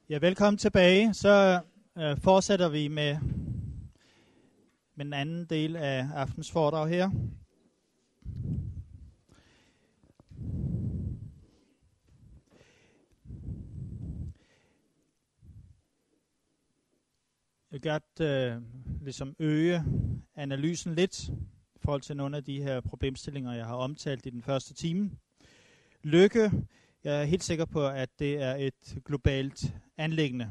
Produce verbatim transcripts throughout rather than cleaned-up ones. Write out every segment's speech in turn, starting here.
Ja, velkommen tilbage. Så øh, fortsætter vi med, med den anden del af aftens foredrag her. Jeg vil godt øh, ligesom øge analysen lidt i forhold til nogle af de her problemstillinger, jeg har omtalt i den første time. Lykke. Jeg er helt sikker på, at det er et globalt anliggende.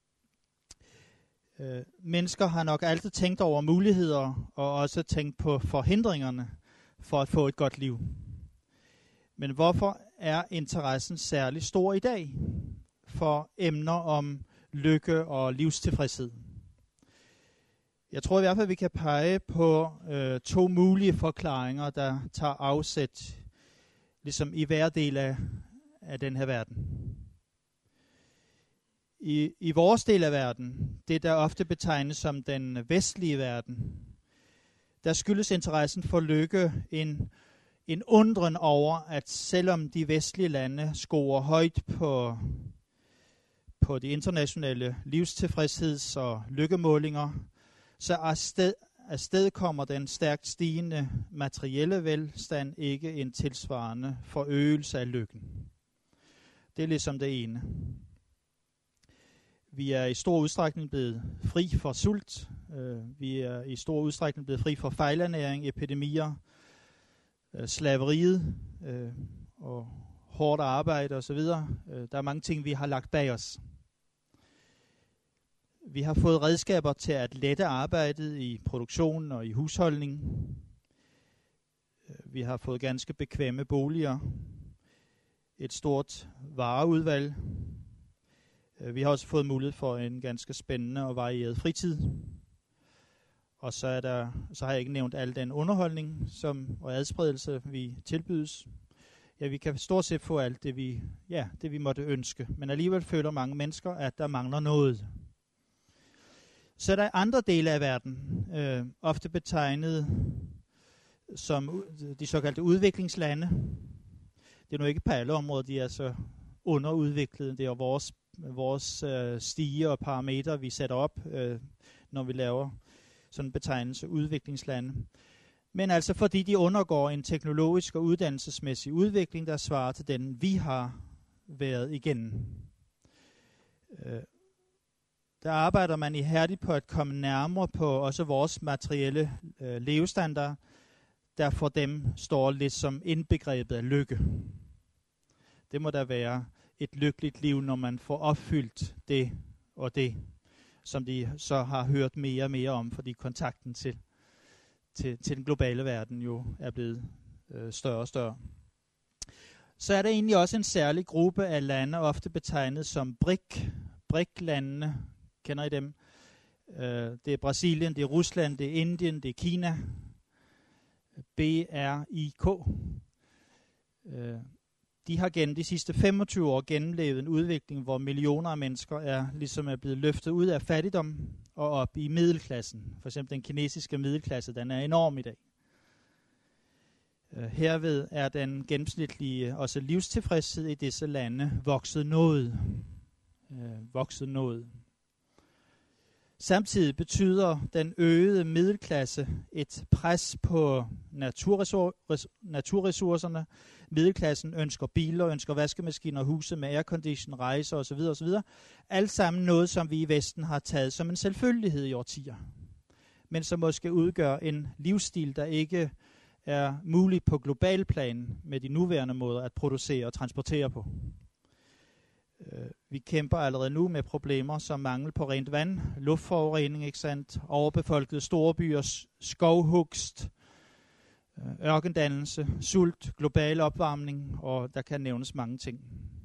Øh, mennesker har nok altid tænkt over muligheder og også tænkt på forhindringerne for at få et godt liv. Men hvorfor er interessen særlig stor i dag for emner om lykke og livstilfredshed? Jeg tror i hvert fald, vi kan pege på øh, to mulige forklaringer, der tager afsæt ligesom i hver del af af den her verden. I, I vores del af verden, det der ofte betegnes som den vestlige verden, der skyldes interessen for lykke en, en undren over, at selvom de vestlige lande scorer højt på, på de internationale livstilfredsheds- og lykkemålinger, så afsted, afsted kommer den stærkt stigende materielle velstand ikke en tilsvarende forøgelse af lykken. Det er ligesom det ene. Vi er i stor udstrækning blevet fri for sult. Øh, vi er i stor udstrækning blevet fri for fejlernæring, epidemier, øh, slaveriet øh, og hårdt arbejde osv. Øh, der er mange ting, vi har lagt bag os. Vi har fået redskaber til at lette arbejdet i produktionen og i husholdningen. Øh, vi har fået ganske bekvemme boliger. Et stort vareudvalg. Vi har også fået mulighed for en ganske spændende og varieret fritid. Og så, er der, så har jeg ikke nævnt al den underholdning som, og adspredelse, vi tilbydes. Ja, vi kan stort set få alt det vi, ja, det, vi måtte ønske. Men alligevel føler mange mennesker, at der mangler noget. Så er der andre dele af verden, øh, ofte betegnet som de såkaldte udviklingslande. Det er nu ikke på alle områder, de er så underudviklede. Det er vores, vores øh, stiger og parametre, vi sætter op, øh, når vi laver sådan en betegnelse udviklingslande. Men altså fordi de undergår en teknologisk og uddannelsesmæssig udvikling, der svarer til den, vi har været igennem. Øh, der arbejder man ihærdigt på at komme nærmere på også vores materielle øh, levestandard, der for dem står lidt som indbegrebet af lykke. Det må da være et lykkeligt liv, når man får opfyldt det og det, som de så har hørt mere og mere om, fordi kontakten til, til, til den globale verden jo er blevet øh, større og større. Så er der egentlig også en særlig gruppe af lande, ofte betegnet som B R I C. B R I C-landene, kender I dem? Øh, det er Brasilien, det er Rusland, det er Indien, det er Kina. B R I K. Øh, de har gennem de sidste femogtyve år gennemlevet en udvikling, hvor millioner af mennesker er ligesom er blevet løftet ud af fattigdom og op i middelklassen. For eksempel den kinesiske middelklasse, den er enorm i dag. Øh, herved er den gennemsnitlige også livstilfredshed i disse lande vokset noget. Øh, vokset noget. Samtidig betyder den øgede middelklasse et pres på naturressour- naturressourcerne. Middelklassen ønsker biler, ønsker vaskemaskiner, huse med aircondition, rejser osv. osv. Alt sammen noget, som vi i Vesten har taget som en selvfølgelighed i årtier. Men som måske udgør en livsstil, der ikke er mulig på global plan med de nuværende måder at producere og transportere på. Vi kæmper allerede nu med problemer som mangel på rent vand, luftforurening, ikke sandt, overbefolkede storbyer, skovhugst, ørkendannelse, sult, global opvarmning, og der kan nævnes mange ting.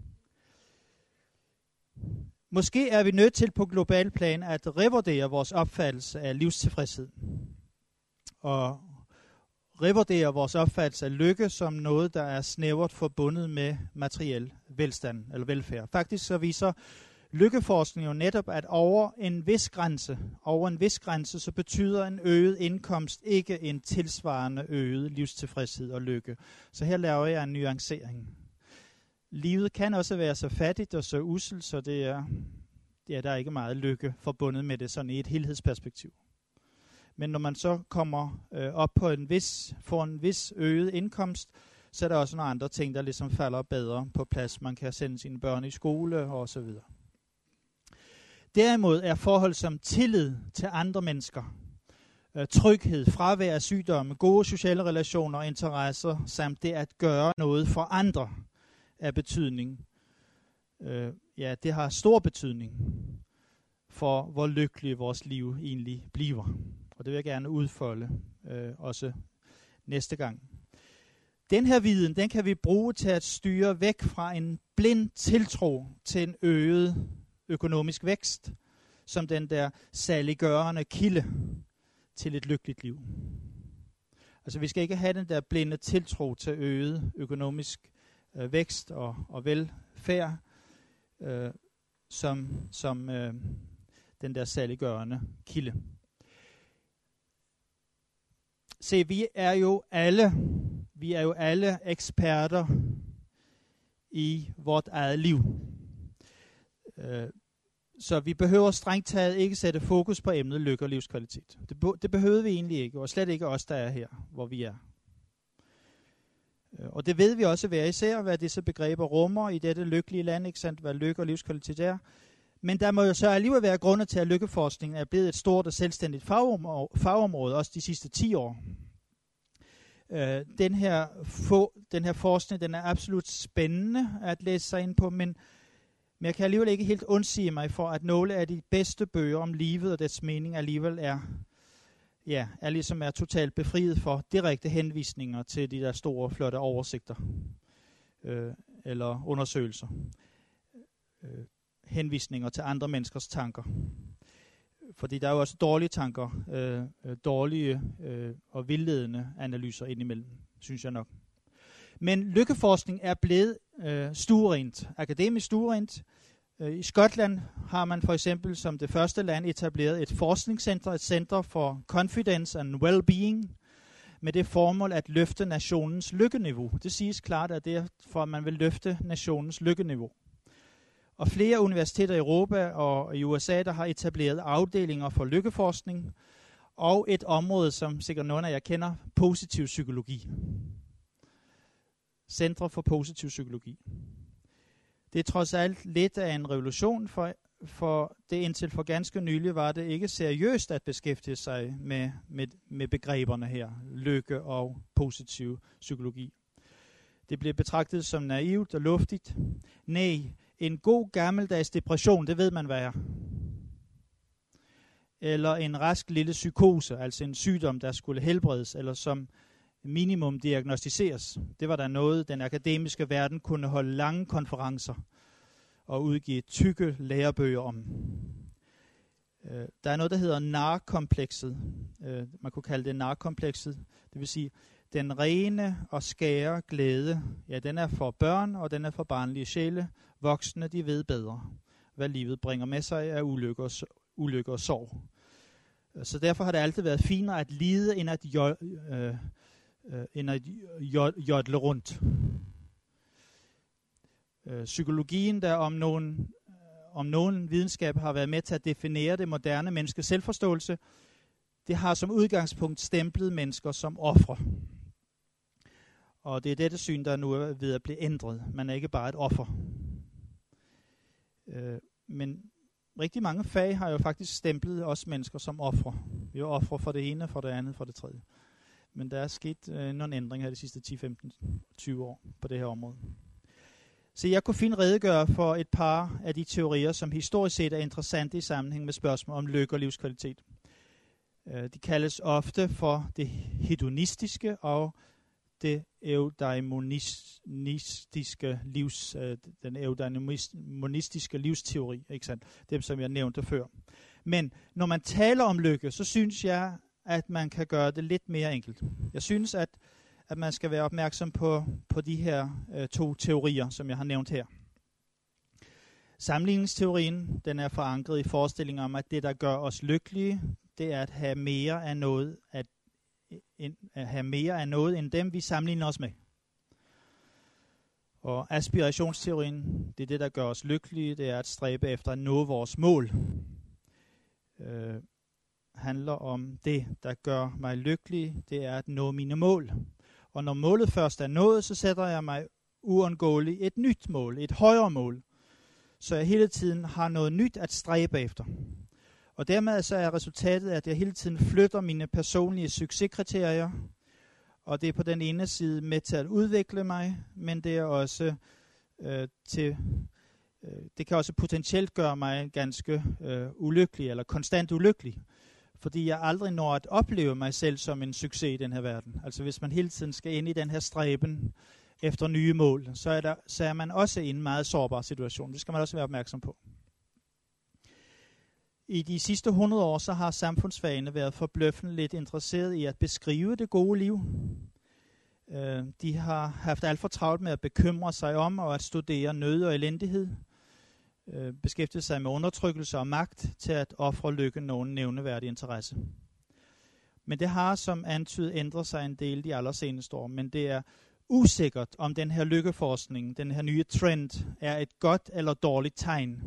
Måske er vi nødt til på global plan at revurdere vores opfattelse af livstilfredshed. Og revurdere vores opfattelse af lykke som noget, der er snævert forbundet med materiel velstand eller velfærd. Faktisk så viser lykkeforskning jo netop, at over en vis grænse, over en vis grænse, så betyder en øget indkomst ikke en tilsvarende øget livstilfredshed og lykke. Så her laver jeg en nuancering. Livet kan også være så fattigt og så usselt, så det er ja, der er ikke meget lykke forbundet med det sådan i et helhedsperspektiv. Men når man så kommer øh, op på en vis, får en vis øget indkomst, så er der også nogle andre ting, der ligesom falder bedre på plads. Man kan sende sine børn i skole og så videre. Derimod er forhold som tillid til andre mennesker, øh, tryghed, fravær af sygdomme, gode sociale relationer og interesser, samt det at gøre noget for andre af betydning. Øh, ja, det har stor betydning for, hvor lykkelige vores liv egentlig bliver. Og det vil jeg gerne udfolde øh, også næste gang. Den her viden, den kan vi bruge til at styre væk fra en blind tiltro til en øget økonomisk vækst, som den der saliggørende kilde til et lykkeligt liv. Altså vi skal ikke have den der blinde tiltro til øget økonomisk øh, vækst og, og velfærd, øh, som, som øh, den der saliggørende kilde. Se, vi er jo alle, vi er jo alle eksperter i vort eget liv. Øh, så vi behøver strengt taget ikke sætte fokus på emnet lykke og livskvalitet. Det, be- det behøver vi egentlig ikke, og slet ikke os, der er her, hvor vi er. Øh, og det ved vi også hver især, hvad disse begreber rummer i dette lykkelige land, ikke sandt, hvad lykke og livskvalitet er. Men der må jo så alligevel være grunde til, at lykkeforskningen er blevet et stort og selvstændigt fagområde, fagområde også de sidste ti år. Øh, den, her få, den her forskning, den er absolut spændende at læse sig ind på, men, men jeg kan alligevel ikke helt undsige mig for, at nogle af de bedste bøger om livet og dets mening alligevel er, ja, er ligesom er totalt befriet for direkte henvisninger til de der store, flotte oversigter øh, eller undersøgelser. Øh, henvisninger til andre menneskers tanker. Fordi der er jo også dårlige tanker, øh, dårlige øh, og vildledende analyser indimellem, synes jeg nok. Men lykkeforskning er blevet øh, stuerent, akademisk stuerent. Øh, I Skotland har man for eksempel som det første land etableret et forskningscenter, et center for confidence and well-being, med det formål at løfte nationens lykkeniveau. Det siges klart, at det er for, at man vil løfte nationens lykkeniveau. Og flere universiteter i Europa og i U S A, der har etableret afdelinger for lykkeforskning, og et område, som sikkert nogle af jer kender, positiv psykologi. Centre for positiv psykologi. Det er trods alt lidt af en revolution, for, for det indtil for ganske nylig var det ikke seriøst at beskæftige sig med, med, med begreberne her, lykke og positiv psykologi. Det blev betragtet som naivt og luftigt. Nej, en god gammeldags depression, det ved man hvad er. Eller en rask lille psykose, altså en sygdom, der skulle helbredes, eller som minimum diagnostiseres. Det var der noget, den akademiske verden kunne holde lange konferencer og udgive tykke lærebøger om. Øh, der er noget, der hedder narkomplekset. Øh, man kunne kalde det narkomplekset. Det vil sige, den rene og skære glæde, ja, den er for børn, og den er for barnlige sjæle. Voksne, de ved bedre, hvad livet bringer med sig af ulykke og, ulykke og sorg. Så derfor har det altid været finere at lide, end at, jo, øh, øh, end at jodle rundt. Øh, psykologien, der om nogen, om nogen videnskab har været med til at definere det moderne menneskes selvforståelse, det har som udgangspunkt stemplet mennesker som ofre. Og det er dette syn, der nu er ved at blive ændret. Man er ikke bare et offer. Øh, men rigtig mange fag har jo faktisk stemplet os mennesker som ofre. Vi er ofre for det ene, for det andet, for det tredje. Men der er sket øh, nogle ændringer de sidste ti, femten, tyve år på det her område. Så jeg kunne fint redegøre for et par af de teorier, som historisk set er interessante i sammenhæng med spørgsmål om lykke og livskvalitet. Øh, de kaldes ofte for det hedonistiske og det eudaimonistiske livs, øh, den eudaimonistiske livsteori, ikke sandt? Dem, som jeg nævnte før. Men når man taler om lykke, så synes jeg, at man kan gøre det lidt mere enkelt. Jeg synes, at, at man skal være opmærksom på, på de her øh, to teorier, som jeg har nævnt her. Sammenligningsteorien, den er forankret i forestillingen om, at det, der gør os lykkelige, det er at have mere af noget, at at have mere af noget end dem, vi sammenligner os med. Og aspirationsteorien, det er det, der gør os lykkelige, det er at stræbe efter at nå vores mål. Øh, handler om det, der gør mig lykkelig, det er at nå mine mål. Og når målet først er nået, så sætter jeg mig uundgåeligt et nyt mål, et højere mål. Så jeg hele tiden har noget nyt at stræbe efter. Og dermed så er resultatet, at jeg hele tiden flytter mine personlige succeskriterier, og det er på den ene side med til at udvikle mig, men det er også øh, til, øh, det kan også potentielt gøre mig ganske øh, ulykkelig, eller konstant ulykkelig, fordi jeg aldrig når at opleve mig selv som en succes i den her verden. Altså hvis man hele tiden skal ind i den her stræben efter nye mål, så er, der, så er man også i en meget sårbar situation. Det skal man også være opmærksom på. I de sidste hundrede år, så har samfundsfagene været forbløffende lidt interesseret i at beskrive det gode liv. Uh, de har haft alt for travlt med at bekymre sig om og at studere nød og elendighed. Uh, beskæftige sig med undertrykkelse og magt til at ofre lykke nogen nævneværdig interesse. Men det har som antydet ændret sig en del de allerseneste år, men det er usikkert, om den her lykkeforskning, den her nye trend, er et godt eller dårligt tegn.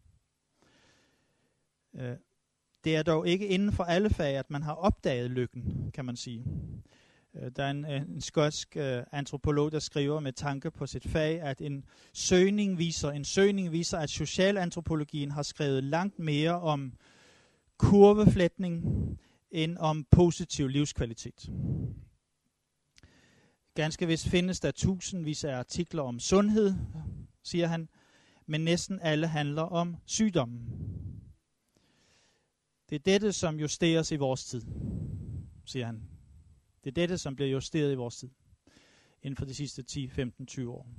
Uh, det er dog ikke inden for alle fag, at man har opdaget lykken, kan man sige. Uh, der er en, en skotsk uh, antropolog, der skriver med tanke på sit fag, at en søgning viser, en søgning viser, at socialantropologien har skrevet langt mere om kurveflætning end om positiv livskvalitet. Ganske vist findes der tusindvis af artikler om sundhed, siger han, men næsten alle handler om sygdommen. Det er dette, som justeres i vores tid, siger han. Det er dette, som bliver justeret i vores tid, inden for de sidste ti, femten, tyve år.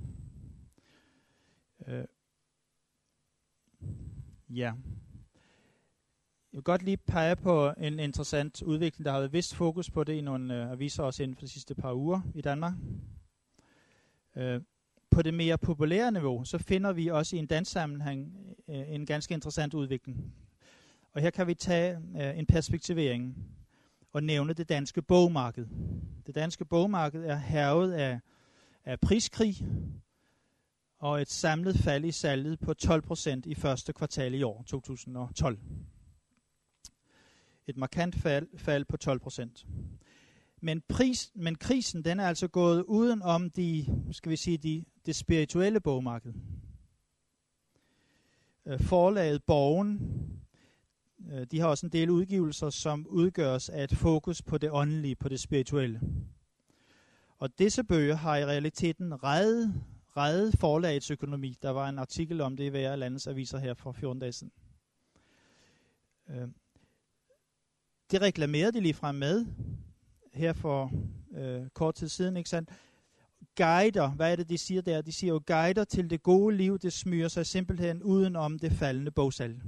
Øh. Ja. Jeg vil godt lige pege på en interessant udvikling, der har været vist fokus på det i nogle øh, aviser også inden for de sidste par uger i Danmark. Øh. På det mere populære niveau, så finder vi også i en dansk sammenhæng øh, en ganske interessant udvikling. Og her kan vi tage øh, en perspektivering og nævne det danske bogmarked. Det danske bogmarked er hærget af, af priskrig og et samlet fald i salget på tolv procent i første kvartal i år, to tusind og tolv. Et markant fald, fald på tolv procent. Men, pris, men krisen den er altså gået uden om de, skal vi sige, de, det spirituelle bogmarked. Øh, forlaget Borgen, øh, de har også en del udgivelser, som udgøres af et fokus på det åndelige, på det spirituelle. Og disse bøger har i realiteten reddet, reddet forlagets økonomi. Der var en artikel om det i hver landets aviser her for fjorten dage siden. Øh, det reklamerede de ligefrem med her for øh, kort tid siden, ikke sandt? Guider, hvad er det, de siger der? De siger jo, guider til det gode liv, det smyger sig simpelthen uden om det faldende bogsalg.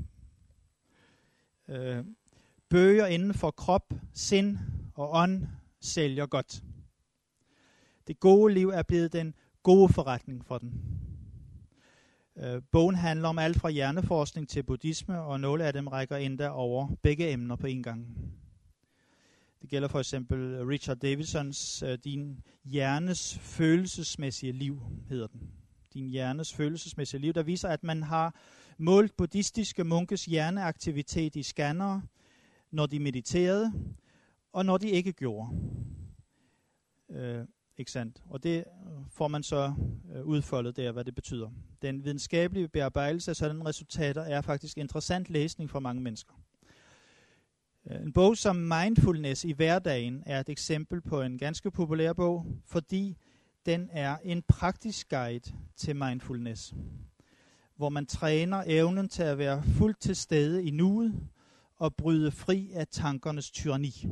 Øh, bøger inden for krop, sind og ånd sælger godt. Det gode liv er blevet den gode forretning for den. Øh, bogen handler om alt fra hjerneforskning til buddhisme, og nogle af dem rækker endda over begge emner på en gang. Det gælder for eksempel Richard Davidsons uh, Din hjernes følelsesmæssige liv, hedder den. Din hjernes følelsesmæssige liv, der viser, at man har målt buddhistiske munkes hjerneaktivitet i scannere, når de mediterede, og når de ikke gjorde. Uh, ikke sandt? Og det får man så uh, udfoldet der, hvad det betyder. Den videnskabelige bearbejdelse af sådan resultater er faktisk interessant læsning for mange mennesker. En bog som Mindfulness i hverdagen er et eksempel på en ganske populær bog, fordi den er en praktisk guide til mindfulness, hvor man træner evnen til at være fuldt til stede i nuet og bryde fri af tankernes tyranni.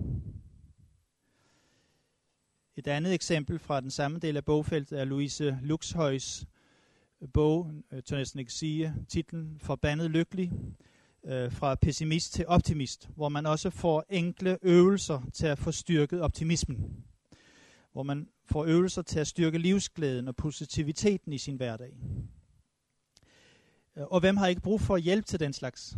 Et andet eksempel fra den samme del af bogfeltet er Louise Luxhøjs bog, jeg tør næsten ikke sige titlen, Forbandet lykkelig, fra pessimist til optimist, hvor man også får enkle øvelser til at få styrket optimismen. Hvor man får øvelser til at styrke livsglæden og positiviteten i sin hverdag. Og hvem har ikke brug for hjælp til den slags?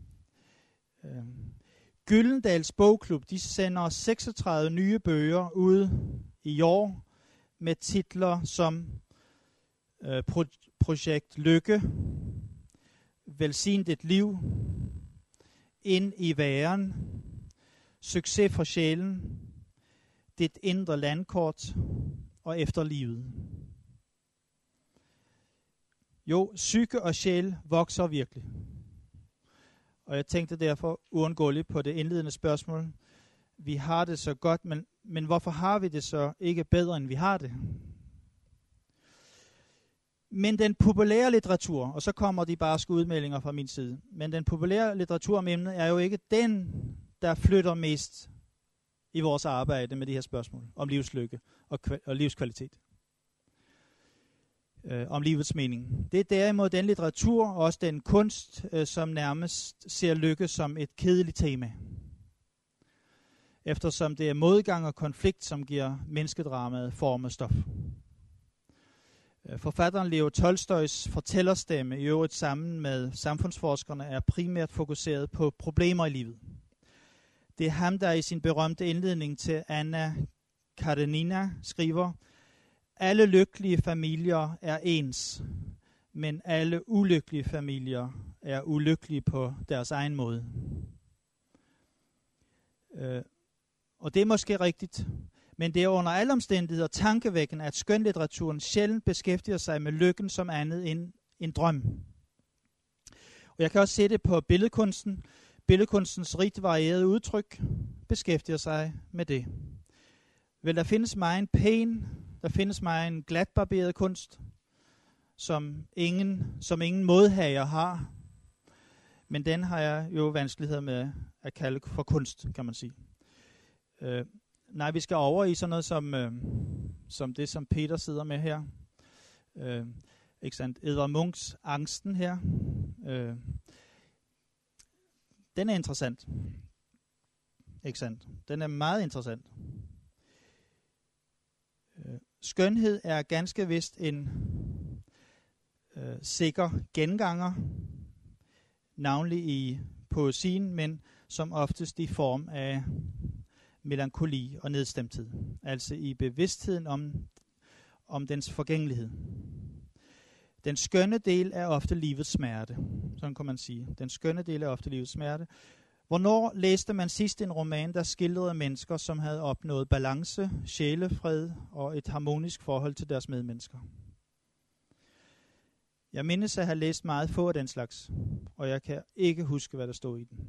Gyldendals Bogklub, de sender seksogtredive nye bøger ud i år med titler som øh, pro- projekt Lykke, Velsign dit liv, Ind i væren, Succes for sjælen, Dit indre landkort og Efter livet. Jo, psyke og sjæl vokser virkelig. Og jeg tænkte derfor uundgåeligt på det indledende spørgsmål. Vi har det så godt, men, men hvorfor har vi det så ikke bedre, end vi har det? Men den populære litteratur, og så kommer de barske udmeldinger fra min side, men den populære litteratur om emnet er jo ikke den, der flytter mest i vores arbejde med de her spørgsmål om livslykke og, kval- og livskvalitet. Øh, om livets mening. Det er derimod den litteratur og også den kunst, øh, som nærmest ser lykke som et kedeligt tema. Eftersom det er modgang og konflikt, som giver menneskedramaet form og stof. Forfatteren Leo Tolstojs fortællerstemme, i øvrigt sammen med samfundsforskerne, er primært fokuseret på problemer i livet. Det er ham, der i sin berømte indledning til Anna Karenina skriver, alle lykkelige familier er ens, men alle ulykkelige familier er ulykkelige på deres egen måde. Øh, og det er måske rigtigt, men det er under alle omstændigheder tankevækkende, at skønlitteraturen sjældent beskæftiger sig med lykken som andet end en drøm. Og jeg kan også se det på billedkunsten. Billedkunstens rigt varierede udtryk beskæftiger sig med det. Vel, der findes meget pæn, der findes meget en glatbarberet kunst, som ingen, som ingen modhager har. Men den har jeg jo vanskeligheder med at kalde for kunst, kan man sige. Øh, nej, vi skal over i sådan noget som, øh, som det, som Peter sidder med her. Øh, ikke sandt? Edvard Munchs Angsten her. Øh, den er interessant. Ikke sandt? Den er meget interessant. Øh, skønhed er ganske vist en øh, sikker genganger, navnlig i poesien, men som oftest i form af melankoli og nedstemthed. Altså i bevidstheden om, om dens forgængelighed. Den skønne del er ofte livets smerte. Sådan kan man sige. Den skønne del er ofte livets smerte. Hvornår læste man sidst en roman, der skildrede mennesker, som havde opnået balance, sjælefred og et harmonisk forhold til deres medmennesker? Jeg mindes at have læst meget få af den slags, og jeg kan ikke huske, hvad der stod i den.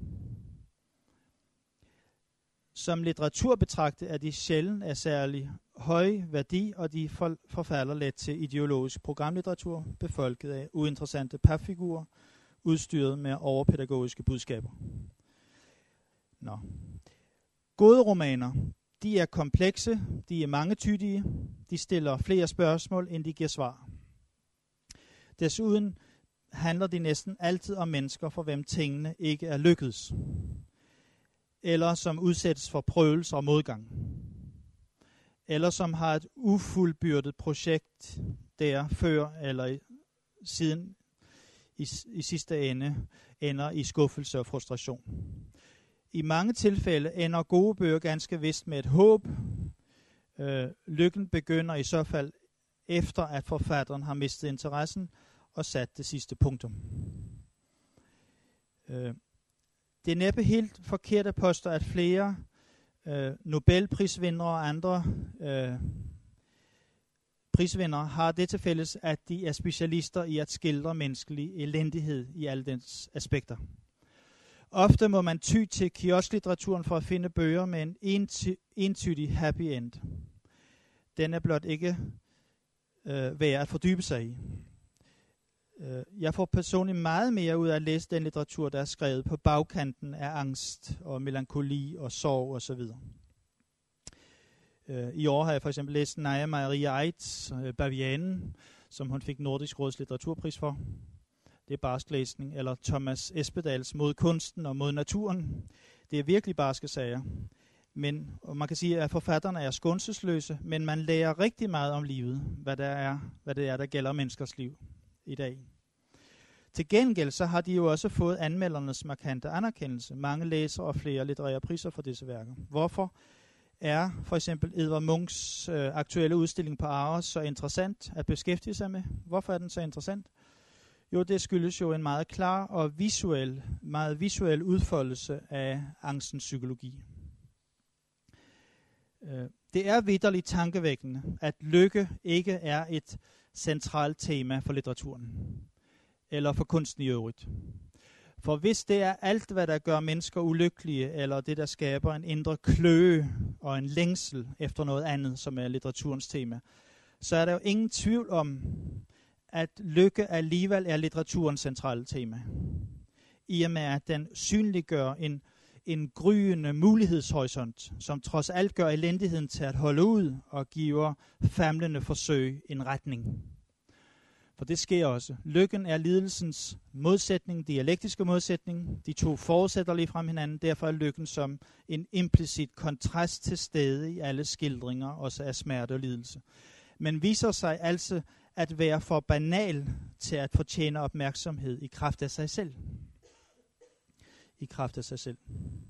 Som litteratur betragtet er de sjældent af særlig høj værdi, og de forfalder let til ideologisk programlitteratur, befolket af uinteressante papfigurer, udstyret med overpædagogiske budskaber. Nå. Gode romaner, de er komplekse, de er mangetydige, de stiller flere spørgsmål, end de giver svar. Desuden handler de næsten altid om mennesker, for hvem tingene ikke er lykkedes, eller som udsættes for prøvelser og modgang, eller som har et ufuldbyrdet projekt der før eller i, siden i, i sidste ende ender i skuffelse og frustration. I mange tilfælde ender gode bøger ganske vist med et håb. Øh, lykken begynder i så fald efter, at forfatteren har mistet interessen og sat det sidste punktum. Øh, det er næppe helt forkert at påstå, at flere øh, Nobelprisvindere og andre øh, prisvindere har det til fælles, at de er specialister i at skildre menneskelig elendighed i alle dens aspekter. Ofte må man ty til kiosklitteraturen for at finde bøger med en enti- entydig happy end. Den er blot ikke øh, værd at fordybe sig i. Øh, jeg får personligt meget mere ud af at læse den litteratur, der er skrevet på bagkanten af angst og melankoli og sorg osv. Øh, I år har jeg for eksempel læst Naja Maria Aidts øh, Bavianen, som hun fik Nordisk Råds litteraturpris for. Det er barsk læsning. Eller Thomas Espedals Mod kunsten og mod naturen. Det er virkelig barske sager. Men og man kan sige, at forfatterne er skånselsløse, men man lærer rigtig meget om livet, hvad, der er, hvad det er, der gælder menneskers liv i dag. Til gengæld så har de jo også fået anmeldernes markante anerkendelse. Mange læsere og flere litterære priser for disse værker. Hvorfor? er for eksempel Edvard Munchs øh, aktuelle udstilling på Aros så interessant at beskæftige sig med. Hvorfor er den så interessant? Jo, det skyldes jo en meget klar og visuel, meget visuel udfoldelse af angstens psykologi. Øh, det er vitterligt tankevækkende, at lykke ikke er et centralt tema for litteraturen, eller for kunsten i øvrigt. For hvis det er alt, hvad der gør mennesker ulykkelige, eller det, der skaber en indre kløe og en længsel efter noget andet, som er litteraturens tema, så er der jo ingen tvivl om, at lykke alligevel er litteraturens centrale tema. I og med, at den synliggør en, en gryende mulighedshorisont, som trods alt gør elendigheden til at holde ud og giver famlende forsøg en retning. For det sker også. Lykken er lidelsens modsætning, dialektiske modsætning. De to forudsætter lige frem hinanden. Derfor er lykken som en implicit kontrast til stede i alle skildringer, også af smerte og lidelse. Men viser sig altså at være for banal til at fortjene opmærksomhed i kraft af sig selv. I kraft af sig selv.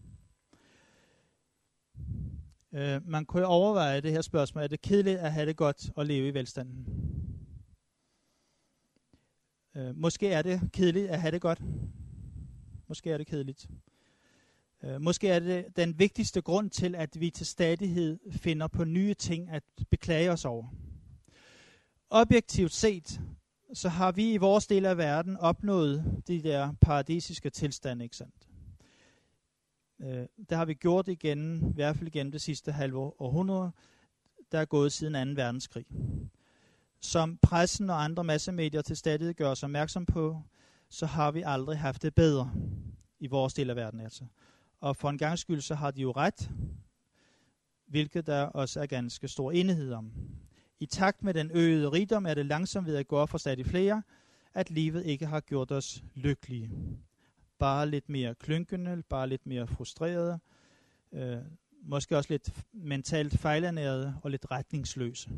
Uh, man kunne overveje det her spørgsmål. Er det kedeligt at have det godt og leve i velstanden? Uh, måske er det kedeligt at have det godt. Måske er det kedeligt. Uh, måske er det den vigtigste grund til, at vi til stadighed finder på nye ting at beklage os over. Objektivt set, så har vi i vores del af verden opnået de der paradisiske tilstande, ikke sandt? Uh, det har vi gjort igen, i hvert fald igennem det sidste halve århundrede, der er gået siden anden verdenskrig. Som pressen og andre massemedier til stadighed gør os opmærksom på, så har vi aldrig haft det bedre i vores del af verden. Altså. Og for en gangs skyld, så har de jo ret, hvilket der også er ganske stor enighed om. I takt med den øgede rigdom er det langsomt ved at gå op for stadig flere, at livet ikke har gjort os lykkelige. Bare lidt mere klynkende, bare lidt mere frustrerede, øh, måske også lidt mentalt fejlernærede og lidt retningsløse.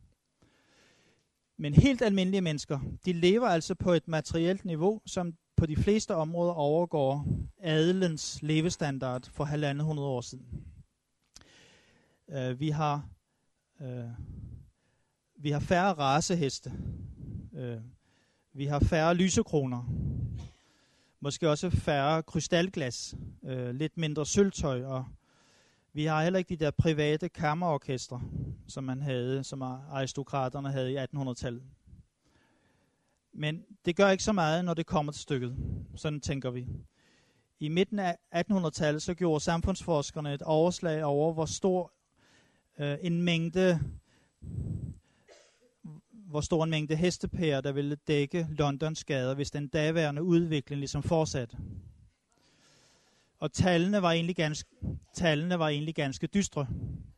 Men helt almindelige mennesker, de lever altså på et materielt niveau, som på de fleste områder overgår adelens levestandard for halvandet hundrede år siden. Uh, vi har uh, vi har færre raceheste, uh, vi har færre lysekroner, måske også færre krystalglas, uh, lidt mindre sølvtøj, og vi har heller ikke de der private kammerorkestre, som man havde, som aristokraterne havde i attenhundredetallet. Men det gør ikke så meget, når det kommer til stykket. Sådan tænker vi. I midten af attenhundredetallet så gjorde samfundsforskerne et overslag over, hvor stor øh, en mængde hvor stor en mængde hestepærer, der ville dække Londons gader, hvis den daværende udvikling ligesom fortsatte. Og tallene var egentlig ganske, tallene var egentlig ganske dystre.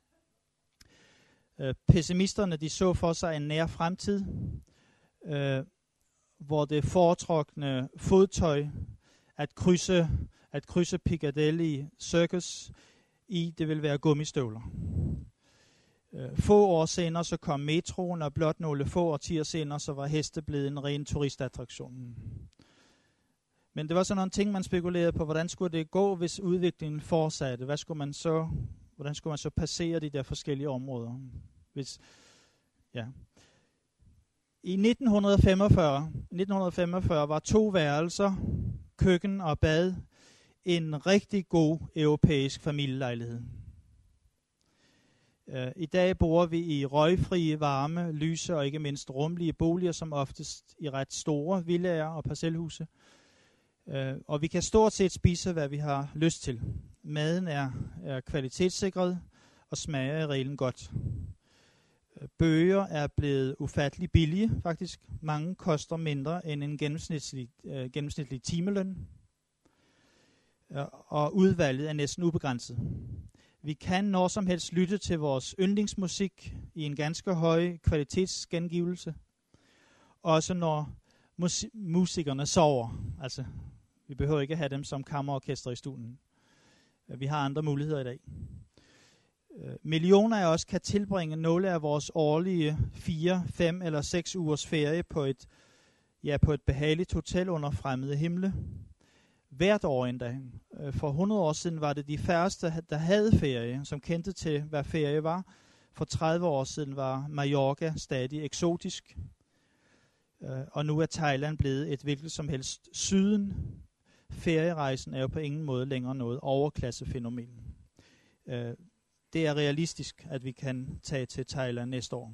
Øh, pessimisterne de så for sig en nær fremtid, øh, hvor det foretrukne fodtøj at krydse, at krydse Piccadilly Circus i, det vil være gummistøvler. Øh, få år senere så kom metroen, og blot nogle få årtier senere så var heste blevet en ren turistattraktion. Men det var sådan nogle ting, man spekulerede på, hvordan skulle det gå, hvis udviklingen fortsatte? Hvad skulle man så, hvordan skulle man så passere de der forskellige områder? Hvis, ja. I nitten femogfyrre, nitten femogfyrre var to værelser, køkken og bad, en rigtig god europæisk familielejlighed. Uh, I dag bor vi i røgfrie, varme, lyse og ikke mindst rumlige boliger, som oftest i ret store villaer og parcelhuse. Uh, og vi kan stort set spise, hvad vi har lyst til. Maden er, er kvalitetssikret og smager i reglen godt. Uh, bøger er blevet ufattelig billige, faktisk. Mange koster mindre end en gennemsnitlig, uh, gennemsnitlig timeløn. Uh, og udvalget er næsten ubegrænset. Vi kan når som helst lytte til vores yndlingsmusik i en ganske høj kvalitetsgengivelse. Også når mus- musikerne sover. Altså, vi behøver ikke have dem som kammerorkester i stuen. Vi har andre muligheder i dag. Millioner af os kan tilbringe nogle af vores årlige fire, fem eller seks ugers ferie på et, ja, på et behageligt hotel under fremmede himle. Hvert år endda. Øh, for hundrede år siden var det de færreste, der havde ferie, som kendte til, hvad ferie var. For tredive år siden var Mallorca stadig eksotisk. Øh, og nu er Thailand blevet et hvilket som helst syden. Ferierejsen er jo på ingen måde længere noget overklassefænomen. Øh, det er realistisk, at vi kan tage til Thailand næste år.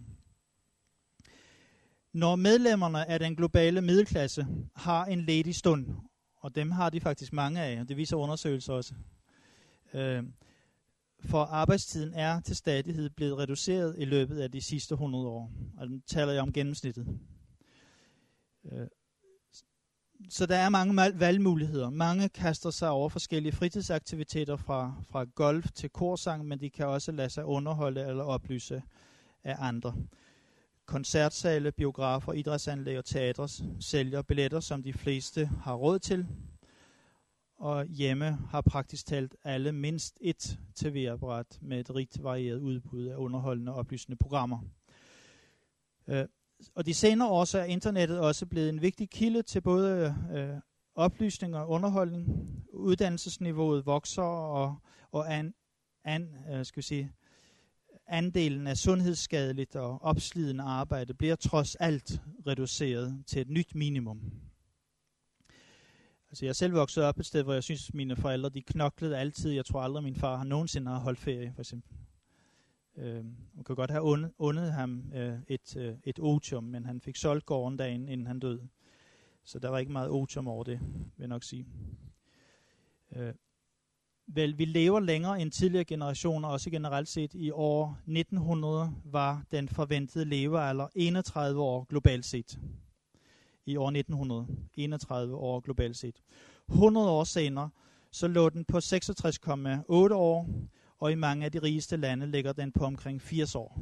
Når medlemmerne af den globale middelklasse har en ledig stund, og dem har de faktisk mange af, og det viser undersøgelser også, øh, for arbejdstiden er til stadighed blevet reduceret i løbet af de sidste hundrede år. Og nu taler jeg om gennemsnittet. Øh, så der er mange valgmuligheder. Mange kaster sig over forskellige fritidsaktiviteter fra, fra golf til korsang, men de kan også lade sig underholde eller oplyse af andre. Koncertsale, biografer, idrætsanlæg og teatre sælger billetter, som de fleste har råd til. Og hjemme har praktisk talt alle mindst et T V-apparat med et rigt varieret udbud af underholdende og oplysende programmer. Øh, og de senere år så er internettet også blevet en vigtig kilde til både øh, oplysning og underholdning. Uddannelsesniveauet vokser, og, og an, an, øh, skal vi sige, andelen af sundhedsskadeligt og opslidende arbejde bliver trods alt reduceret til et nyt minimum. Altså jeg er selv vokset op et sted, hvor jeg synes, mine forældre de knoklede altid. Jeg tror aldrig, min far har nogensinde har holdt ferie, for eksempel. Øh, man kan godt have undet, undet ham øh, et, øh, et otium, men han fik solgt gården dagen, inden han døde. Så der var ikke meget otium over det, vil jeg nok sige. Øh, vel, vi lever længere end tidligere generationer, også generelt set. I år nitten hundrede var den forventede levealder enogtredive år globalt set. I år nitten hundrede, enogtredive år globalt set. hundrede år senere, så lå den på seksogtres komma otte år, og i mange af de rigeste lande ligger den på omkring firs år.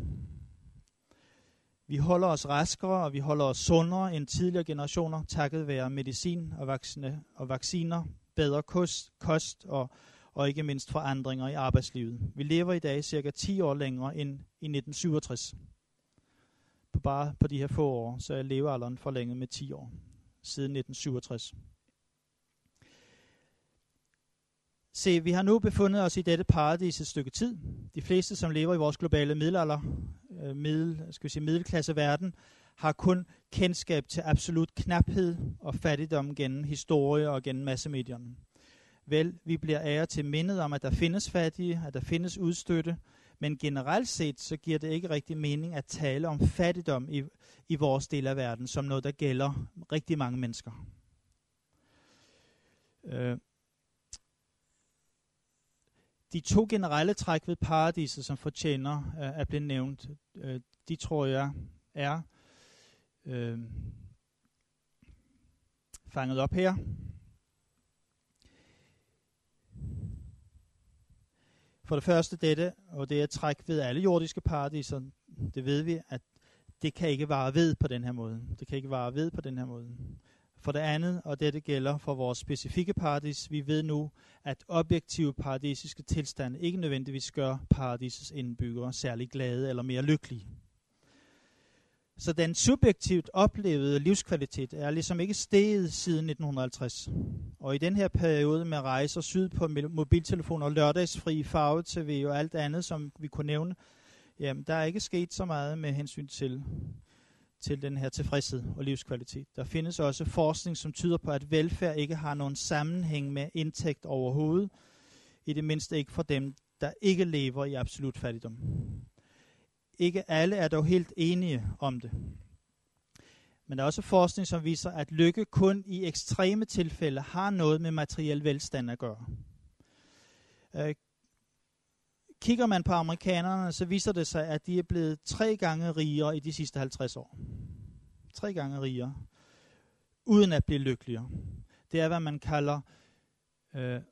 Vi holder os raskere, og vi holder os sundere end tidligere generationer, takket være medicin og, vaccine, og vacciner, bedre kost, kost og, og ikke mindst forandringer i arbejdslivet. Vi lever i dag cirka ti år længere end i nitten syvogtres. På bare på de her få år, så er levealderen forlænget med ti år, siden nitten syvogtres. Se, vi har nu befundet os i dette paradis et stykke tid. De fleste, som lever i vores globale middelalder, øh, middel, skal vi sige, middelklasseverden, har kun kendskab til absolut knaphed og fattigdom gennem historie og gennem massemedierne. Vel, vi bliver ære til mindet om, at der findes fattige, at der findes udstødte, men generelt set, så giver det ikke rigtig mening at tale om fattigdom i, i vores del af verden, som noget, der gælder rigtig mange mennesker. Øh. De to generelle træk ved paradiset, som fortjener øh, at blive nævnt, øh, de tror jeg er øh, fanget op her. For det første dette, og det er træk ved alle jordiske paradiser, det ved vi, at det kan ikke vare ved på den her måde. Det kan ikke vare ved på den her måde. For det andet, og dette gælder for vores specifikke paradis, vi ved nu, at objektive paradisiske tilstande ikke nødvendigvis gør paradisets indbyggere særlig glade eller mere lykkelige. Så den subjektivt oplevede livskvalitet er ligesom ikke steget siden nitten halvtreds. Og i den her periode med rejser syd på mobiltelefoner, lørdagsfri, farve-tv og alt andet, som vi kunne nævne, jamen der er ikke sket så meget med hensyn til til den her tilfredshed og livskvalitet. Der findes også forskning, som tyder på, at velfærd ikke har nogen sammenhæng med indtægt overhovedet, i det mindste ikke for dem, der ikke lever i absolut fattigdom. Ikke alle er dog helt enige om det. Men der er også forskning, som viser, at lykke kun i ekstreme tilfælde har noget med materiel velstand at gøre. Øh, Kigger man på amerikanerne, så viser det sig, at de er blevet tre gange rigere i de sidste halvtreds år. Tre gange rigere, uden at blive lykkeligere. Det er, hvad man kalder øh,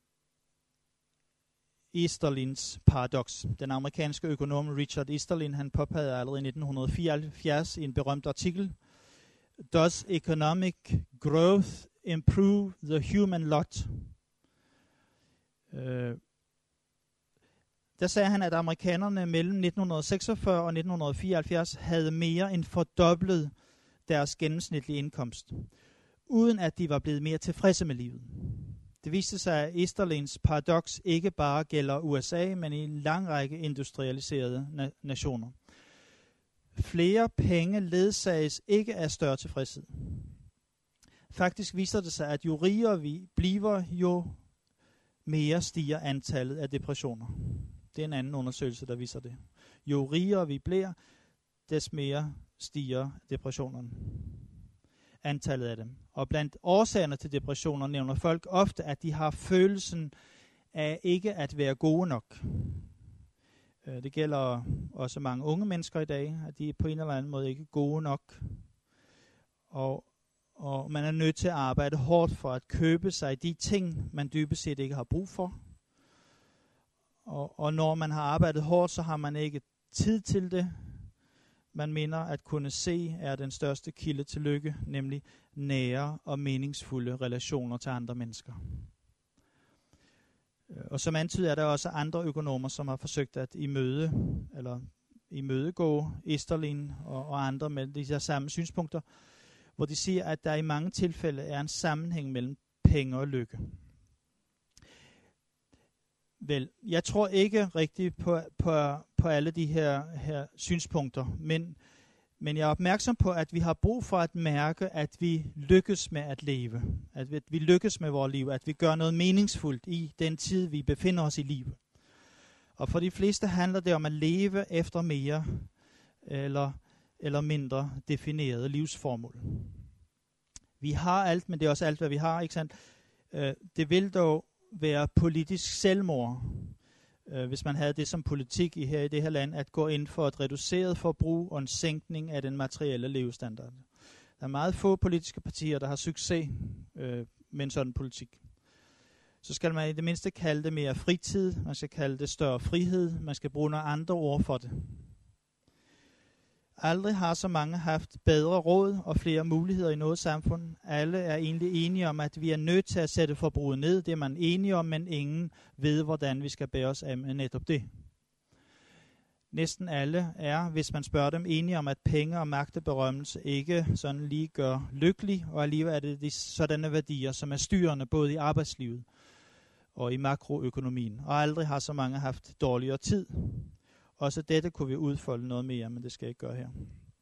Easterlins paradoks. Den amerikanske økonom Richard Easterlin, han påpegede allerede i nitten fireoghalvfjerds i en berømt artikel, Does economic growth improve the human lot? Øh, Der sagde han, at amerikanerne mellem nitten seksogfyrre og nitten fireoghalvfjerds havde mere end fordoblet deres gennemsnitlige indkomst, uden at de var blevet mere tilfredse med livet. Det Det viste sig, at Easterlins paradoks ikke bare gælder U S A, men i en lang række industrialiserede na- nationer. Flere penge ledsages ikke af større tilfredshed. Faktisk viser det sig, at jo rigere vi bliver, jo mere stiger antallet af depressioner. Det er en anden undersøgelse, der viser det. Jo rigere vi bliver, des mere stiger depressionerne. Antallet af dem. Og blandt årsagerne til depressioner nævner folk ofte, at de har følelsen af ikke at være gode nok. Det gælder også mange unge mennesker i dag, at de er på en eller anden måde ikke gode nok. Og, og man er nødt til at arbejde hårdt for at købe sig de ting, man dybest set ikke har brug for. Og, og når man har arbejdet hårdt, så har man ikke tid til det. Man mener at kunne se er den største kilde til lykke, nemlig nære og meningsfulde relationer til andre mennesker. Og som antydet er der også andre økonomer, som har forsøgt at imøde, eller imødegå Easterlin og, og andre med de her samme synspunkter, hvor de siger, at der i mange tilfælde er en sammenhæng mellem penge og lykke. Vel, jeg tror ikke rigtigt på, på, på alle de her, her synspunkter, men, men jeg er opmærksom på, at vi har brug for at mærke, at vi lykkes med at leve. At vi, at vi lykkes med vores liv, at vi gør noget meningsfuldt i den tid, vi befinder os i livet. Og for de fleste handler det om at leve efter mere eller, eller mindre definerede livsformål. Vi har alt, men det er også alt, hvad vi har, ikke sandt? Øh, det vil dog være politisk selvmord, øh, hvis man havde det som politik i her i det her land, at gå ind for et reduceret forbrug og en sænkning af den materielle levestandard. Der er meget få politiske partier, der har succes øh, med en sådan politik. Så skal man i det mindste kalde det mere fritid, man skal kalde det større frihed, man skal bruge nogle andre ord for det. Aldrig har så mange haft bedre råd og flere muligheder i noget samfund. Alle er egentlig enige om, at vi er nødt til at sætte forbruget ned. Det er man enige om, men ingen ved, hvordan vi skal bære os af med netop det. Næsten alle er, hvis man spørger dem, enige om, at penge og magt og berømmelse ikke sådan lige gør lykkelig, og alligevel er det de sådanne værdier, som er styrende både i arbejdslivet og i makroøkonomien. Og aldrig har så mange haft dårligere tid. Også dette kunne vi udfolde noget mere, men det skal jeg ikke gøre her.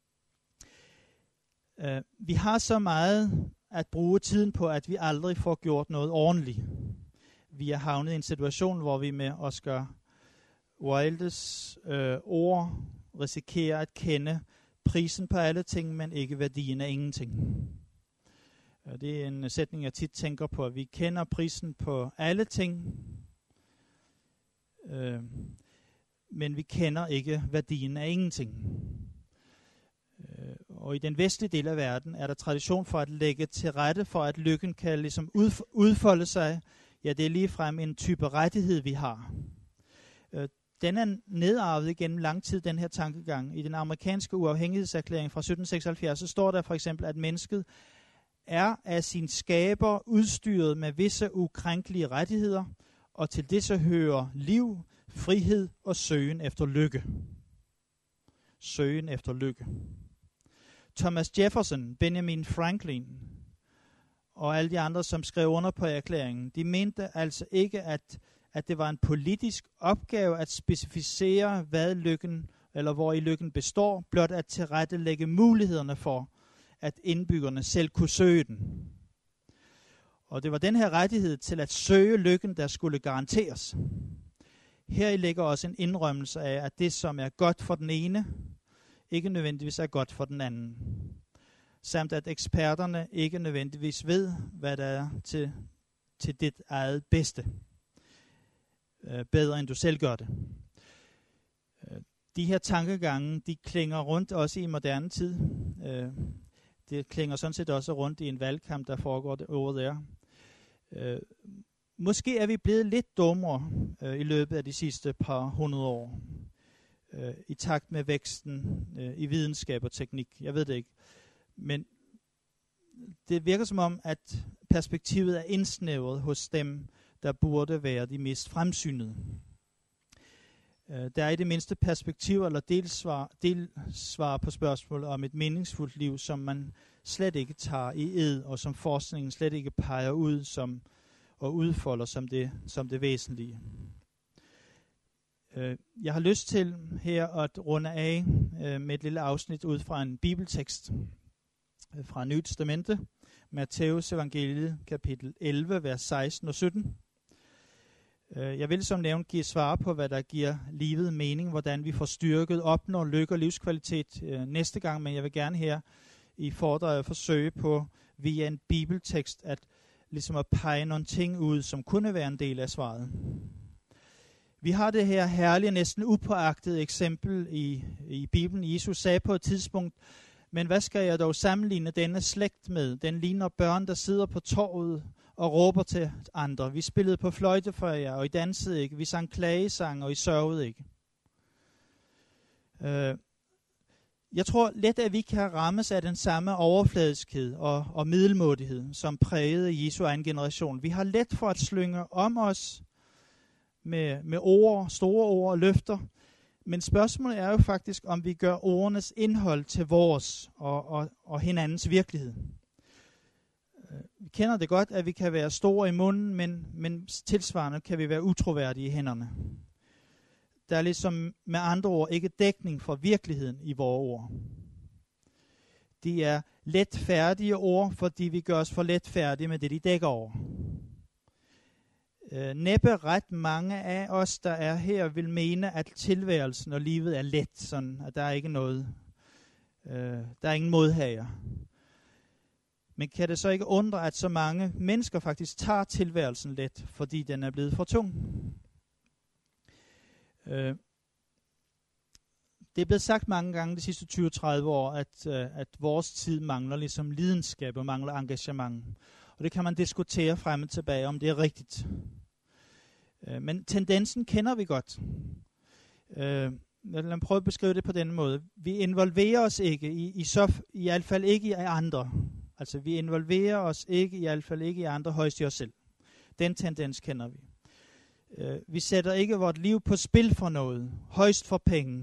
Uh, vi har så meget at bruge tiden på, at vi aldrig får gjort noget ordentligt. Vi er havnet i en situation, hvor vi med Oscar Wildes uh, ord risikerer at kende prisen på alle ting, men ikke værdien af ingenting. Uh, det er en sætning, jeg tit tænker på, at vi kender prisen på alle ting, uh, men vi kender ikke værdien af ingenting. Og i den vestlige del af verden er der tradition for at lægge til rette for, at lykken kan ligesom udfolde sig. Ja, det er ligefrem en type rettighed, vi har. Den er nedarvet igennem lang tid, den her tankegang. I den amerikanske uafhængighedserklæring fra sytten seksoghalvfjerds, så står der for eksempel, at mennesket er af sin skaber udstyret med visse ukrænkelige rettigheder, og til det så hører liv, frihed og søgen efter lykke. Søgen efter lykke. Thomas Jefferson, Benjamin Franklin og alle de andre, som skrev under på erklæringen, de mente altså ikke, at, at det var en politisk opgave at specificere, hvad lykken, eller hvor i lykken består, blot at tilrettelægge mulighederne for, at indbyggerne selv kunne søge den. Og det var den her rettighed til at søge lykken, der skulle garanteres. Her ligger også en indrømmelse af, at det, som er godt for den ene, ikke nødvendigvis er godt for den anden. Samt at eksperterne ikke nødvendigvis ved, hvad der er til, til dit eget bedste. Øh, bedre end du selv gør det. Øh, de her tankegange, de klinger rundt også i moderne tid. Øh, det klinger sådan set også rundt i en valgkamp, der foregår over der. Øh, Måske er vi blevet lidt dummere øh, i løbet af de sidste par hundrede år, øh, i takt med væksten øh, i videnskab og teknik. Jeg ved det ikke. Men det virker som om, at perspektivet er indsnævret hos dem, der burde være de mest fremsynede. Øh, der er i det mindste perspektiv eller delsvar, delsvar på spørgsmålet om et meningsfuldt liv, som man slet ikke tager i ed, og som forskningen slet ikke peger ud som og udfolder som det, som det væsentlige. Jeg har lyst til her at runde af med et lille afsnit ud fra en bibeltekst fra Nye Testamente, Matthæus evangeliet, kapitel elleve, vers seksten og sytten. Jeg vil som nævnt give svar på, hvad der giver livet mening, hvordan vi får styrket, opnår lykke og livskvalitet næste gang, men jeg vil gerne her i foredraget forsøge på via en bibeltekst at ligesom at pege nogle ting ud, som kunne være en del af svaret. Vi har det her herlige, næsten upåagtede eksempel i, i Bibelen. Jesus sagde på et tidspunkt, men hvad skal jeg dog sammenligne denne slægt med? Den ligner børn, der sidder på torvet og råber til andre. Vi spillede på fløjte for jer, og I dansede ikke. Vi sang klagesang, og I sørgede ikke. Uh, jeg tror let, at vi kan rammes af den samme overfladiskhed og, og middelmådighed, som prægede Jesu egen generation. Vi har let for at slynge om os med, med ord, store ord og løfter. Men spørgsmålet er jo faktisk, om vi gør ordenes indhold til vores og, og, og hinandens virkelighed. Vi kender det godt, at vi kan være store i munden, men, men tilsvarende kan vi være utroværdige i hænderne. Der er ligesom med andre ord ikke dækning for virkeligheden i vores ord. De er letfærdige ord, fordi vi gør os for letfærdige med det, de dækker over. Øh, næppe ret mange af os, der er her, vil mene, at tilværelsen og livet er let, sådan at der er ikke noget, øh, der er ingen modhager. Men kan det så ikke undre, at så mange mennesker faktisk tager tilværelsen let, fordi den er blevet for tung? Øh, det er blevet sagt mange gange de sidste tyve til tredive år, at, øh, at vores tid mangler ligesom lidenskab og mangler engagement. Og det kan man diskutere frem og tilbage, om det er rigtigt. Øh, men tendensen kender vi godt. Øh, lad mig prøve at beskrive det på denne måde. Vi involverer os ikke, i, i, så, i hvert fald ikke i andre. Altså vi involverer os ikke, i hvert fald ikke i andre, højst i os selv. Den tendens kender vi. Øh, vi sætter ikke vort liv på spil for noget, højst for penge.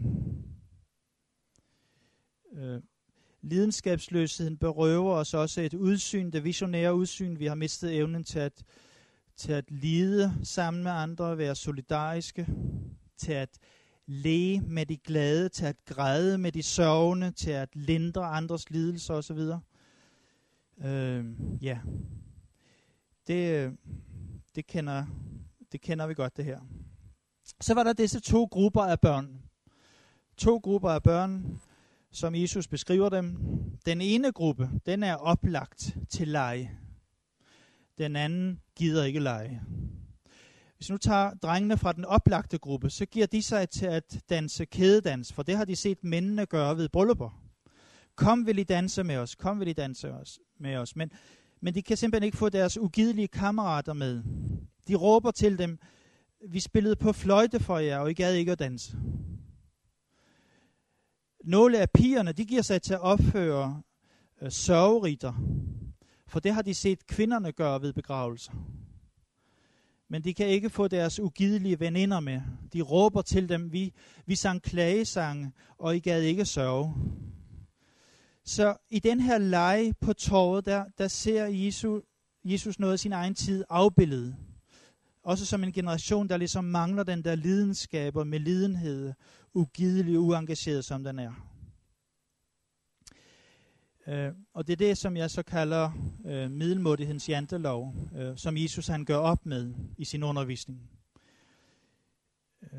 Øh, Lidenskabsløsheden berøver os også et udsyn, det visionære udsyn. Vi har mistet evnen til at, til at lide sammen med andre, være solidariske, til at le med de glade, til at græde med de sørgende, til at lindre andres lidelser osv. Øh, ja, det, det, kender, det kender vi godt det her. Så var der disse to grupper af børn. To grupper af børn, som Jesus beskriver dem. Den ene gruppe, den er oplagt til lege. Den anden gider ikke lege. Hvis nu tager drengene fra den oplagte gruppe, så giver de sig til at danse kædedans, for det har de set mændene gøre ved bryllupper. Kom, vil I danse med os? Kom, vil I danse med os? Men, men de kan simpelthen ikke få deres ugidelige kammerater med. De råber til dem, vi spillede på fløjte for jer, og I gad ikke at danse. Nogle af pigerne, de giver sig til at opføre øh, sørgeriter, for det har de set kvinderne gøre ved begravelser. Men de kan ikke få deres ugidelige veninder med. De råber til dem, vi, vi sang klagesange, og I gad ikke sørge. Så i den her lege på torvet, der, der ser Jesus, Jesus noget af sin egen tid afbilledet. Også som en generation, der ligesom mangler den der lidenskab og med lidenhed, ugidelig, uengageret som den er. Uh, og det er det, som jeg så kalder uh, middelmådighedens jantelov, uh, som Jesus han gør op med i sin undervisning. Uh,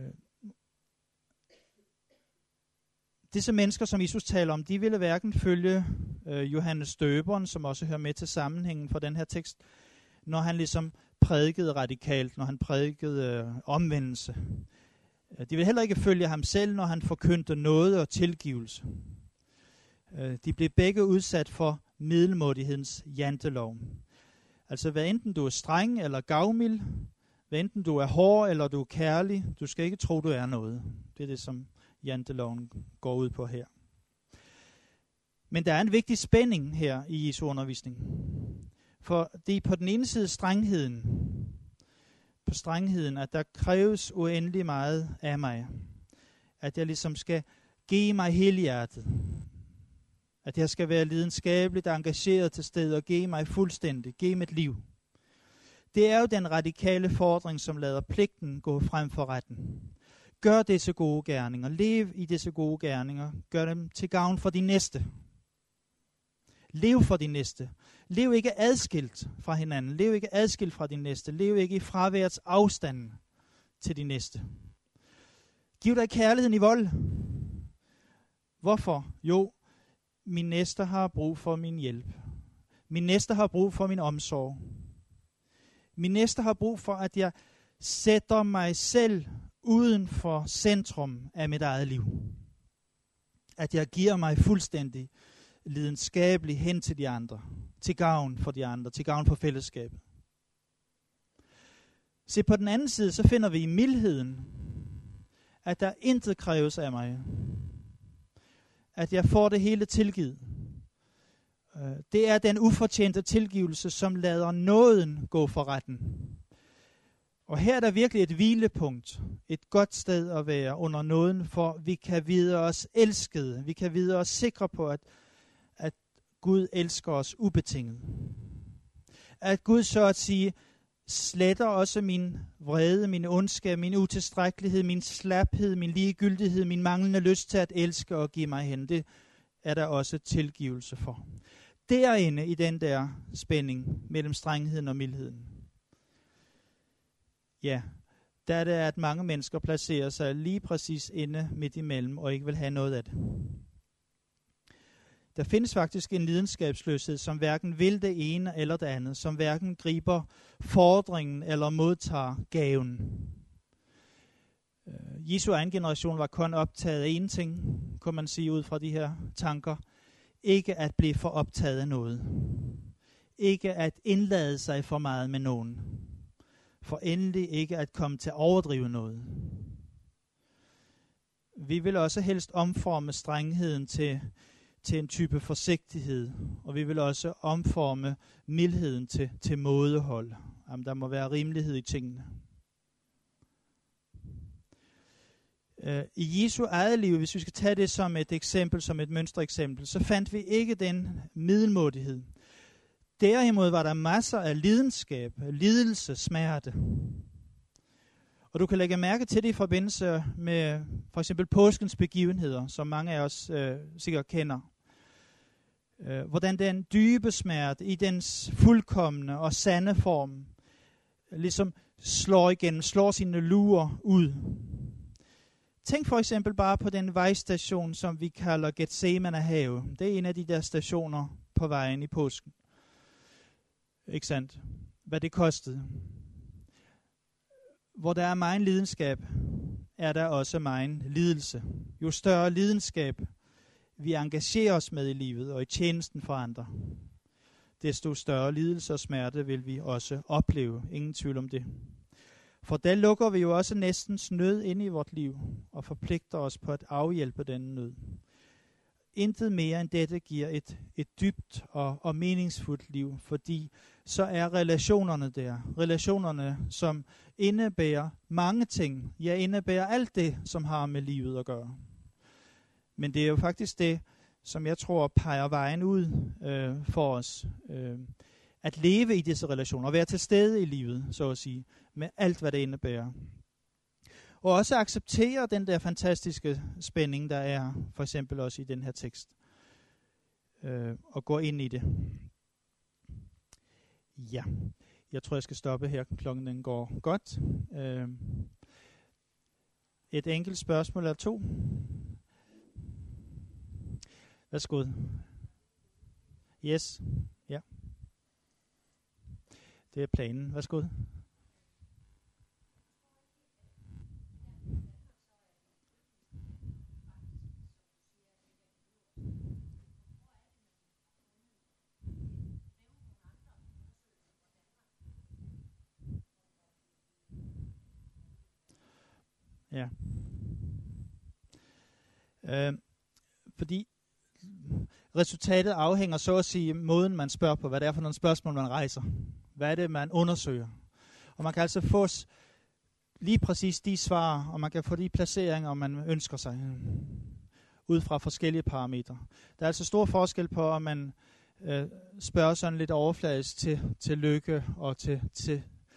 Disse mennesker, som Jesus taler om, de ville hverken følge uh, Johannes Døberen, som også hører med til sammenhængen for den her tekst, når han ligesom prædikede radikalt, når han prædikede uh, omvendelse. Uh, de ville heller ikke følge ham selv, når han forkyndte noget og tilgivelse. De blev begge udsat for middelmådighedens jantelov. Altså hvad enten du er streng eller gavmild, hvad enten du er hård eller du er kærlig, du skal ikke tro, du er noget. Det er det, som janteloven går ud på her. Men der er en vigtig spænding her i Jesu undervisning. For det er på den ene side strengheden, på strengheden, at der kræves uendelig meget af mig. At jeg ligesom skal give mig hele hjertet. At jeg skal være lidenskabeligt engageret til stede og give mig fuldstændig, give mit liv. Det er jo den radikale fordring, som lader pligten gå frem for retten. Gør disse gode gerninger. Lev i disse gode gerninger. Gør dem til gavn for de næste. Lev for de næste. Lev ikke adskilt fra hinanden. Lev ikke adskilt fra de næste. Lev ikke i fraværets afstand til de næste. Giv dig kærligheden i vold. Hvorfor? Jo, min næste har brug for min hjælp. Min næste har brug for min omsorg. Min næste har brug for, at jeg sætter mig selv uden for centrum af mit eget liv. At jeg giver mig fuldstændig lidenskabeligt hen til de andre. Til gavn for de andre. Til gavn for fællesskabet. Se, på den anden side, så finder vi i mildheden, at der intet kræves af mig. At jeg får det hele tilgivet. Det er den ufortjente tilgivelse, som lader nåden gå for retten. Og her er der virkelig et hvilepunkt, et godt sted at være under nåden, for vi kan vide os elskede, vi kan vide os sikre på, at, at Gud elsker os ubetinget. At Gud så at sige sletter også min vrede, min ondskab, min utilstrækkelighed, min slaphed, min ligegyldighed, min manglende lyst til at elske og give mig hen. Det er der også tilgivelse for. Derinde i den der spænding mellem strengheden og mildheden. Ja, der er det, at mange mennesker placerer sig lige præcis inde midt imellem og ikke vil have noget af det. Der findes faktisk en lidenskabsløshed, som hverken vil det ene eller det andet, som hverken griber fordringen eller modtager gaven. Jesu egen generation var kun optaget af én ting, kunne man sige ud fra de her tanker. Ikke at blive for optaget af noget. Ikke at indlade sig for meget med nogen. For endelig ikke at komme til at overdrive noget. Vi vil også helst omforme strengheden til, til en type forsigtighed. Og vi vil også omforme mildheden til, til mådehold. Jamen, der må være rimelighed i tingene. I Jesu eget liv, hvis vi skal tage det som et eksempel, som et mønstereksempel, så fandt vi ikke den middelmådighed. Derimod var der masser af lidenskab, lidelse, smerte. Og du kan lægge mærke til det i forbindelse med for eksempel påskens begivenheder, som mange af os øh, sikkert kender. Øh, hvordan den dybe smerte i dens fuldkomne og sande form ligesom slår igennem, slår sine lurer ud. Tænk for eksempel bare på den vejstation, som vi kalder Getsemane have. Det er en af de der stationer på vejen i påsken. Ikke sandt? Hvad det kostede. Hvor der er megen lidenskab, er der også megen lidelse. Jo større lidenskab vi engagerer os med i livet og i tjenesten for andre, desto større lidelse og smerte vil vi også opleve. Ingen tvivl om det. For der lukker vi jo også næstens nød ind i vort liv og forpligter os på at afhjælpe denne nød. Intet mere end dette giver et, et dybt og, og meningsfuldt liv, fordi så er relationerne der. Relationerne, som indebærer mange ting. Ja, indebærer alt det, som har med livet at gøre. Men det er jo faktisk det, som jeg tror peger vejen ud øh, for os. Øh, at leve i disse relationer og være til stede i livet, så at sige, med alt, hvad det indebærer. Og også acceptere den der fantastiske spænding, der er for eksempel også i den her tekst. Øh, og gå ind i det. Ja, jeg tror, jeg skal stoppe her. Klokken den går godt. Øh, et enkelt spørgsmål eller to. Værsgo. Yes. Ja. Det er planen. Værsgo. Ja. Øh, fordi resultatet afhænger så at sige måden, man spørger på, hvad det er for nogle spørgsmål, man rejser. Hvad er det, man undersøger? Og man kan altså få lige præcis de svar, og man kan få de placeringer, man ønsker sig, ud fra forskellige parametre. Der er altså stor forskel på, om man øh, spørger sådan lidt overfladisk til, til lykke og til, til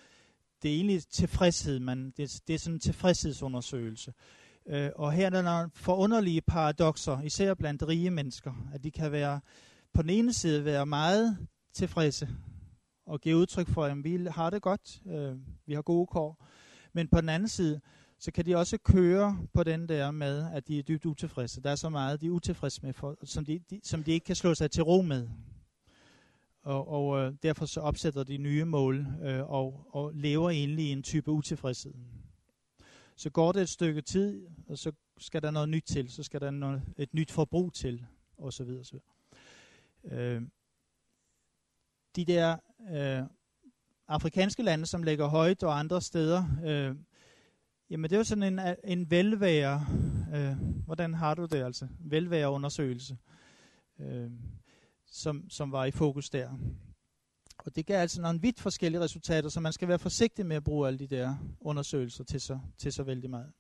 det er egentlig tilfredshed, man, det, det er sådan en tilfredshedsundersøgelse. Øh, og her er der nogle forunderlige paradokser, især blandt rige mennesker, at de kan være på den ene side være meget tilfredse og give udtryk for, at vi har det godt, øh, vi har gode kår, men på den anden side, så kan de også køre på den der med, at de er dybt utilfredse. Der er så meget, de er utilfredse med, for, som, de, de, som de ikke kan slå sig til ro med. Og, og øh, derfor så opsætter de nye mål øh, og, og lever egentlig i en type utilfredshed. Så går det et stykke tid, og så skal der noget nyt til, så skal der noget, et nyt forbrug til, og så videre. Så videre. Øh, de der øh, afrikanske lande, som ligger højt og andre steder, øh, jamen det er jo sådan en, en velvære, øh, hvordan har du det altså, velværeundersøgelse, øh, som, som var i fokus der. Og det gav altså nogle vidt forskellige resultater, så man skal være forsigtig med at bruge alle de der undersøgelser til så, til så vældig meget.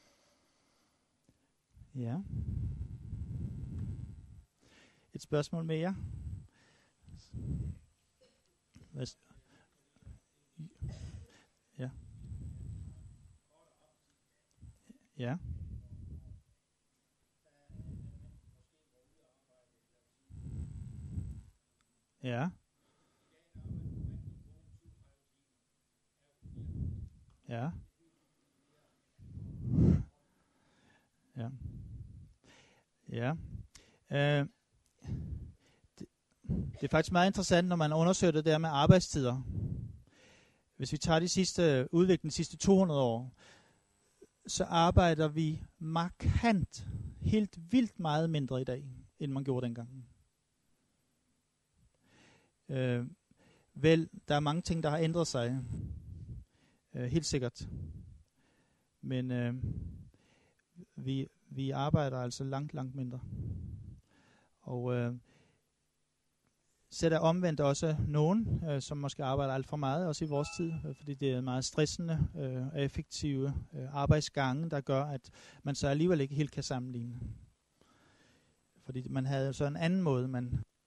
Ja. Et spørgsmål mere? Ja. Ja. Ja. Ja. Ja. Ja. Øh, det, det er faktisk meget interessant, når man undersøger det der med arbejdstider. Hvis vi tager de sidste udvikling, de sidste to hundrede år, så arbejder vi markant, helt vildt meget mindre i dag, end man gjorde dengang. Øh, vel, der er mange ting, der har ændret sig. Øh, helt sikkert. Men øh, vi, vi arbejder altså langt, langt mindre. Og øh, så der omvendt også nogen, øh, som måske arbejder alt for meget, også i vores tid, øh, fordi det er meget stressende øh, og effektive øh, arbejdsgange, der gør, at man så alligevel ikke helt kan sammenligne. Fordi man havde så en anden måde, man